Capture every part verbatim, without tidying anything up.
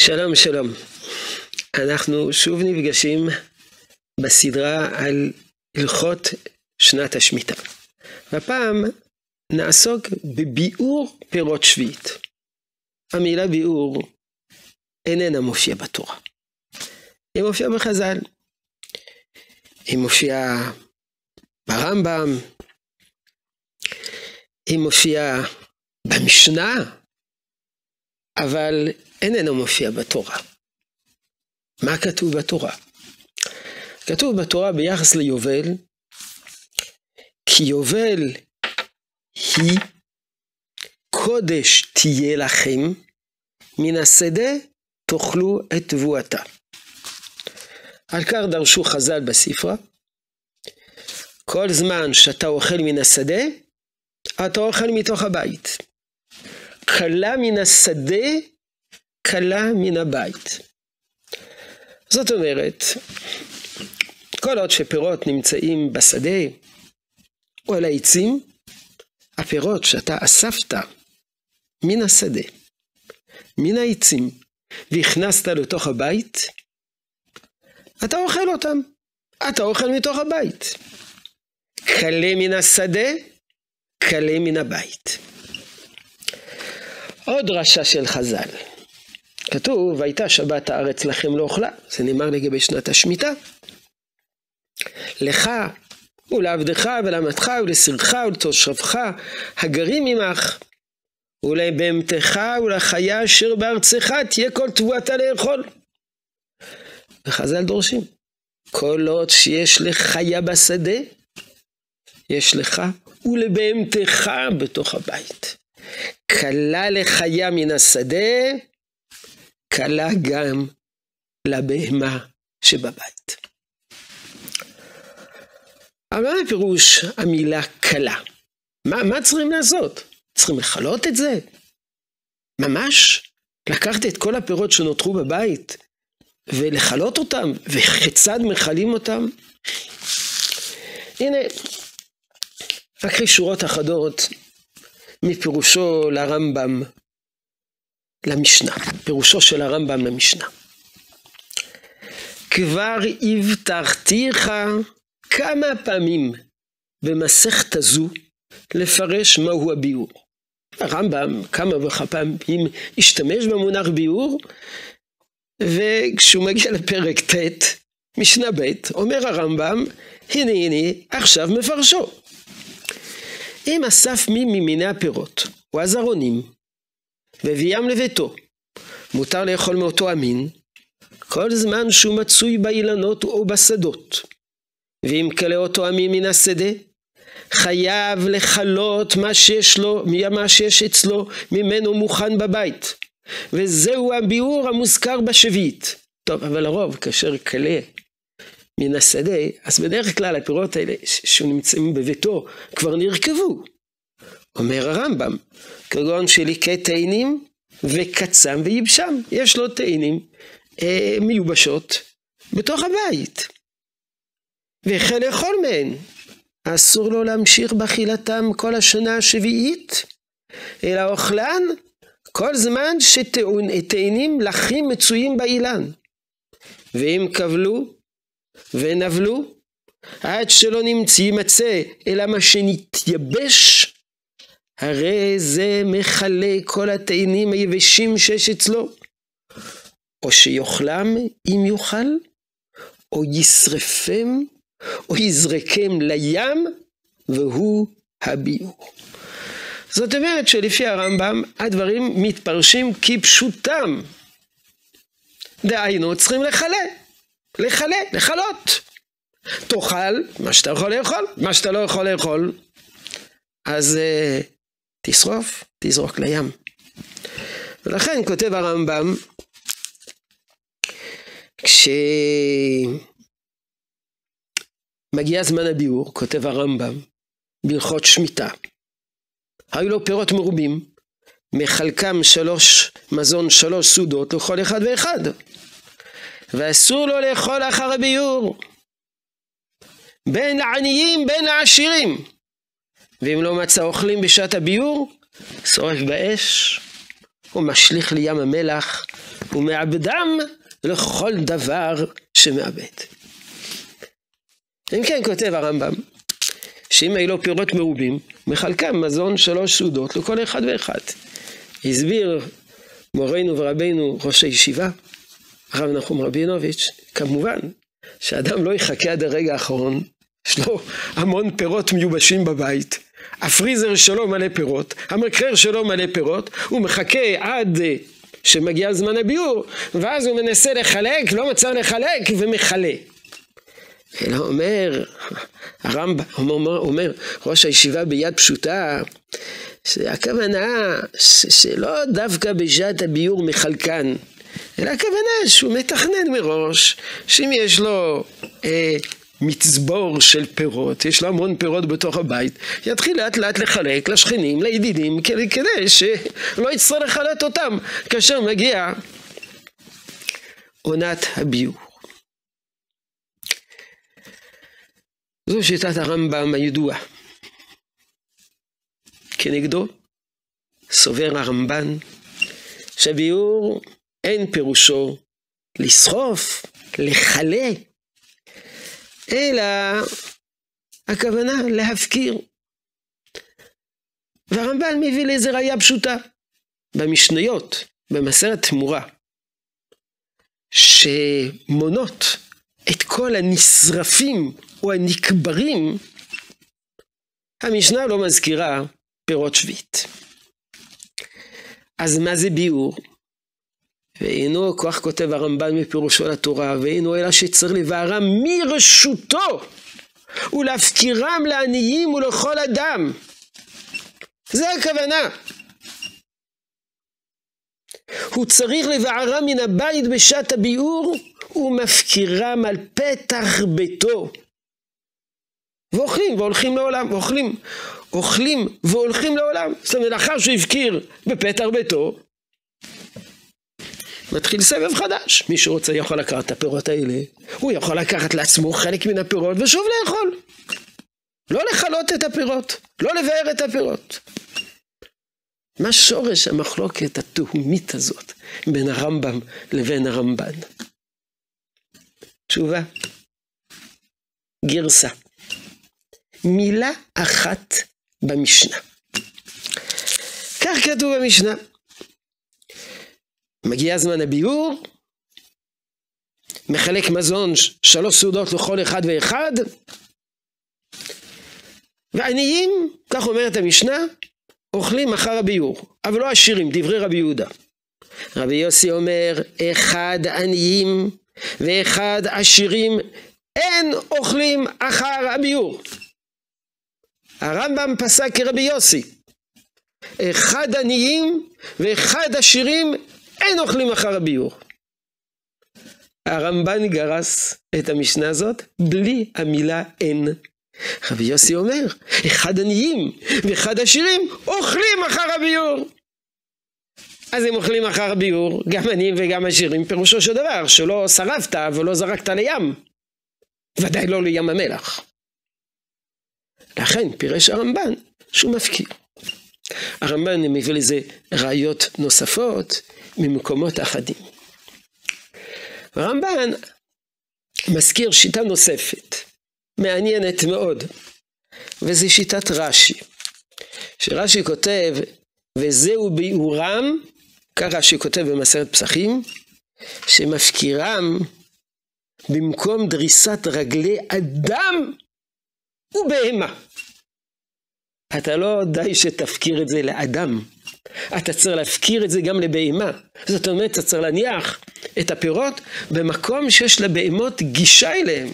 שלום שלום, אנחנו שוב נפגשים בסדרה על הלכות שנת השמיטה. והפעם נעסוק בביאור פירות שביעית. המילה ביאור איננה מופיעה בתורה. היא מופיעה בחז"ל. היא מופיעה ברמב"ם. היא מופיעה במשנה. אבל איננו מופיע בתורה. מה כתוב בתורה? כתוב בתורה ביחס ליובל, כי יובל היא קודש תהיה לכם, מן השדה תאכלו את תבואתה. על כך דרשו חז"ל בספרה, כל זמן שאתה אוכל מן השדה, אתה אוכל מתוך הבית. קלה מן השדה, קלה מן הבית. זאת אומרת, כל עוד שפירות נמצאים בשדה או על העצים, הפירות שאתה אספת מן השדה, מן העצים, והכנסת לתוך הבית, אתה אוכל אותם. אתה אוכל מתוך הבית. קלה מן השדה, קלה מן הבית. עוד דרשה של חז"ל. כתוב, הייתה שבת הארץ לכם לאוכלה. זה נאמר לגבי שנת השמיטה. לך ולעבדך ולאמתך ולסירך ולתושבך הגרים עמך, ולבהמתך ולחיה אשר בארצך תהיה כל תבואתה לאכול. וחז"ל דורשים, כל עוד שיש לחיה בשדה, יש לך ולבהמתך בתוך הבית. קלה לחיה מן השדה, קלה גם לבהמה שבבית. אבל מה הפירוש המילה קלה? מה, מה צריכים לעשות? צריכים לחלות את זה? ממש? לקחת את כל הפירות שנותרו בבית ולחלות אותם? וכיצד מחלים אותם? הנה, אקריא שורות אחדות מפירושו לרמב"ם למשנה, פירושו של הרמב"ם למשנה. כבר הבטחתיך כמה פעמים במסכת הזו לפרש מהו הביאור. הרמב"ם כמה וכמה פעמים השתמש במונח ביאור, וכשהוא מגיע לפרק ט' משנה ב' אומר הרמב"ם, הנה הנה עכשיו מפרשו. אם אסף מי ממיני הפירות או הזרעונים והביאם לביתו, מותר לאכול מאותו המין כל זמן שהוא מצוי באילנות או בשדות. ואם כלה אותו המין מן השדה, חייב לחלות מה שיש לו, מה שיש אצלו ממנו מוכן בבית. וזהו הביאור המוזכר בשביעית. טוב, אבל לרוב כאשר כלה מן השדה, אז בדרך כלל הפירות האלה שנמצאים בביתו כבר נרכבו. אומר הרמב"ם, כגון שליקי תאנים וקצם ויבשם. יש לו תאנים אה, מיובשות בתוך הבית. והחל לאכול מהן. אסור לו להמשיך באכילתם כל השנה השביעית, אלא אוכלן כל זמן שתאנים לחים מצויים באילן. ואם קבלו ונבלו, עד שלא נמצא יימצא אלא מה שנתייבש, הרי זה מחלה כל התאנים היבשים שיש אצלו. או שיאכלם אם יאכל, או ישרפם, או יזרקם לים, והוא הביאור. זאת אומרת שלפי הרמב"ם הדברים מתפרשים כפשוטם. דהיינו צריכים לחלה, לחלה, לחלות. תאכל מה שאתה יכול לאכול, מה שאתה לא יכול לאכול, אז uh, תשרוף, תזרוק לים. ולכן כותב הרמב"ם, כשמגיע זמן הביאור, כותב הרמב"ם, בהלכות שמיטה, היו לו פירות מרובים, מחלקם שלוש מזון, שלוש סעודות לכל אחד ואחד, ואסור לו לאכול אחר הביאור, בין לעניים בין לעשירים. ואם לא מצא אוכלים בשעת הביאור, שורף באש ומשליך לים המלח, ומעבדם לכל דבר שמעבד. אם כן כותב הרמב"ם, שאם היו פירות מרובים, מחלקם מזון שלוש סעודות לכל אחד ואחד. הסביר מורנו ורבנו ראש הישיבה, הרב נחום רבינוביץ', כמובן שאדם לא יחכה עד הרגע האחרון, יש לו המון פירות מיובשים בבית, הפריזר שלו מלא פירות, המקרר שלו מלא פירות, הוא מחכה עד שמגיע זמן הביור, ואז הוא מנסה לחלק, לא מצא לחלק ומחלה. אלא אומר, הרמב"ם אומר, אומר ראש הישיבה ביד פשוטה, שהכוונה שלא דווקא בשעת הביור מחלקן, אלא הכוונה שהוא מתכנן מראש, שאם יש לו אה, מצבור של פירות, יש לו המון פירות בתוך הבית, יתחיל לאט לאט לחלק לשכנים, לידידים, כדי, כדי שלא יצטרך לחלט אותם, כאשר מגיע עונת הביור. זו שיטת הרמב"ם הידועה. כנגדו סובר הרמב"ן שהביאור אין פירושו לסחוף, לחלה, אלא הכוונה להפקיר. והרמב"ן מביא לאיזה ראיה פשוטה במשניות, במסכת תמורה, שמונות את כל הנשרפים או הנקברים. המשנה לא מזכירה פירות שביעית. אז מה זה ביאור? ואינו, כך כותב הרמב"ן מפירושו לתורה, ואינו אלא שצריך לבערם מרשותו ולהפקירם לעניים ולכל אדם. זה הכוונה. הוא צריך לבערם מן הבית בשעת הביאור ומפקירם על פתח ביתו. ואוכלים והולכים לעולם, ואוכלים, אוכלים והולכים לעולם. זאת אומרת, לאחר שהוא הפקיר בפתח ביתו, מתחיל סבב חדש. מי שרוצה יכול לקחת את הפירות האלה, הוא יכול לקחת לעצמו חלק מן הפירות ושוב לאכול. לא לחלות את הפירות, לא לבאר את הפירות. מה שורש המחלוקת התהומית הזאת בין הרמב"ם לבין הרמב"ן? תשובה, גרסה. מילה אחת במשנה. כך כתוב במשנה. מגיע זמן הביאור, מחלק מזון שלוש סעודות לכל אחד ואחד, ועניים, כך אומרת המשנה, אוכלים אחר הביאור, אבל לא עשירים, דברי רבי יהודה. רבי יוסי אומר, אחד עניים ואחד עשירים אין אוכלים אחר הביאור. הרמב"ם פסק כרבי יוסי, אחד עניים ואחד עשירים אין אוכלים אחר הביאור. הרמב"ן גרס את המשנה הזאת בלי המילה אין. רבי יוסי אומר, אחד עניים ואחד עשירים אוכלים אחר הביאור. אז הם אוכלים אחר הביאור, גם עניים וגם עשירים, פירושו של דבר, שלא שרפת ולא זרקת לים, ודאי לא לים המלח. לכן פירש הרמב"ן שהוא מפקיר. הרמב"ן מביא לזה ראיות נוספות ממקומות אחדים. הרמב"ן מזכיר שיטה נוספת, מעניינת מאוד, וזה שיטת רש"י. שרש"י כותב, וזהו ביאורם, כך רש"י כותב במסכת פסחים, שמפקירם במקום דריסת רגלי אדם ובהמה. אתה לא די שתפקיר את זה לאדם, אתה צריך להפקיר את זה גם לבהמה. זאת אומרת, אתה צריך להניח את הפירות במקום שיש לבהמות גישה אליהם.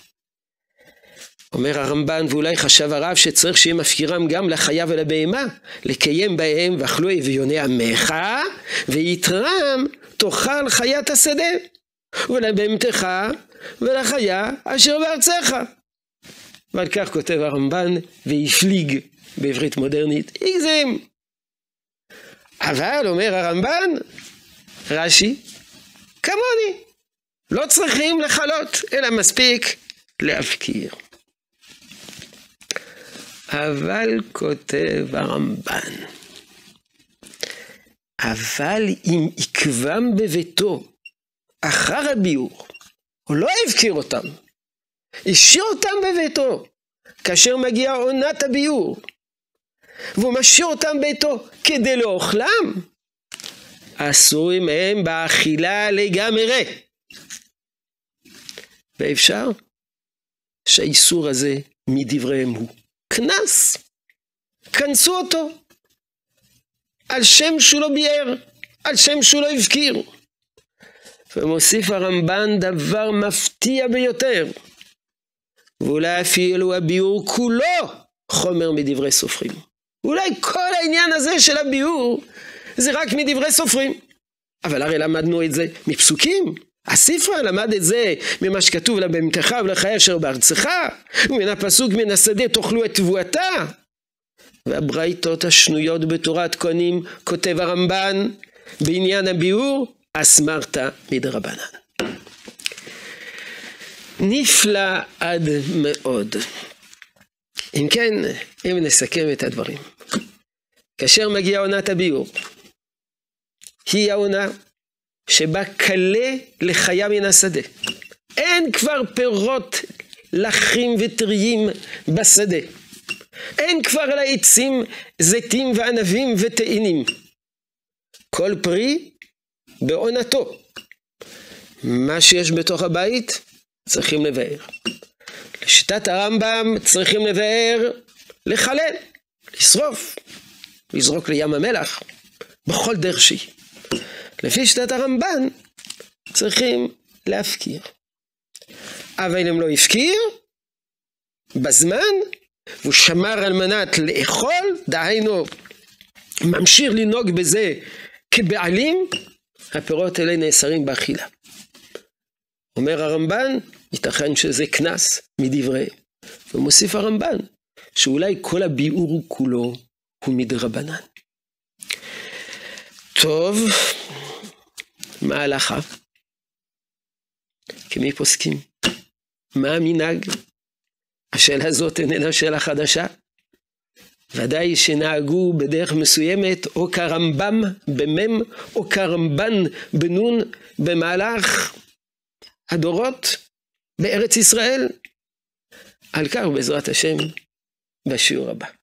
אומר הרמב"ן, ואולי חשב הרב שצריך שיהיה מפקירם גם לחיה ולבהמה, לקיים בהם ואכלו אביוני עמך, ויתרם תאכל חיית השדה, ולבהמתך ולחיה אשר בארצך. ועל כך כותב הרמב"ן, והפליג בעברית מודרנית, הגזים. אבל אומר הרמב"ן, רש"י, כמוני, לא צריכים לחלות, אלא מספיק להפקיר. אבל כותב הרמב"ן, אבל אם יקבם בביתו אחר הביאור, הוא לא הבקיר אותם, השאיר אותם בביתו, כאשר מגיע עונת הביאור, והוא משאיר אותם ביתו כדי לאוכלם, אסורים מהם באכילה לגמרי. ואפשר שהאיסור הזה מדבריהם הוא כנס, כנסו אותו, על שם שהוא לא ביאר, על שם שהוא לא הבקיר. ומוסיף הרמב"ן דבר מפתיע ביותר, ואולי אפילו הביאור כולו חומר מדברי סופרים. אולי כל העניין הזה של הביאור זה רק מדברי סופרים. אבל הרי למדנו את זה מפסוקים. הספר למד את זה ממה שכתוב לבהמתך ולחיה אשר בארצך, ומן הפסוק מן השדה תאכלו את תבואתה. והברייתות השנויות בתורת כהנים כותב הרמב"ן בעניין הביאור, אסמרתא מדרבנן. נפלא עד מאוד. אם כן, אם נסכם את הדברים. כאשר מגיעה עונת הביאור, היא העונה שבה קלה לחיה מן השדה. אין כבר פירות לחים וטריים בשדה. אין כבר לעצים זיתים וענבים ותאנים. כל פרי בעונתו. מה שיש בתוך הבית צריכים לבאר. לשיטת הרמב"ם צריכים לבאר, לחלל, לשרוף, לזרוק לים המלח, בכל דרך שהיא. לפי שיטת הרמב"ן צריכים להפקיר. אבל אם לא הפקיר, בזמן, והוא שמר על מנת לאכול, דהיינו, ממשיך לנהוג בזה כבעלים, הפירות האלה נאסרים באכילה. אומר הרמב"ן, ייתכן שזה כנס מדברי. ומוסיף הרמב"ן, שאולי כל הביאור כולו הוא מדרבנן. טוב, מה ההלכה? כמי פוסקים? מה המנהג? השאלה הזאת איננה שאלה חדשה. ודאי שנהגו בדרך מסוימת, או כרמב"ם במם, או כרמב"ן בנון, במהלך הדורות בארץ ישראל. על כך בעזרת השם בשיעור הבא.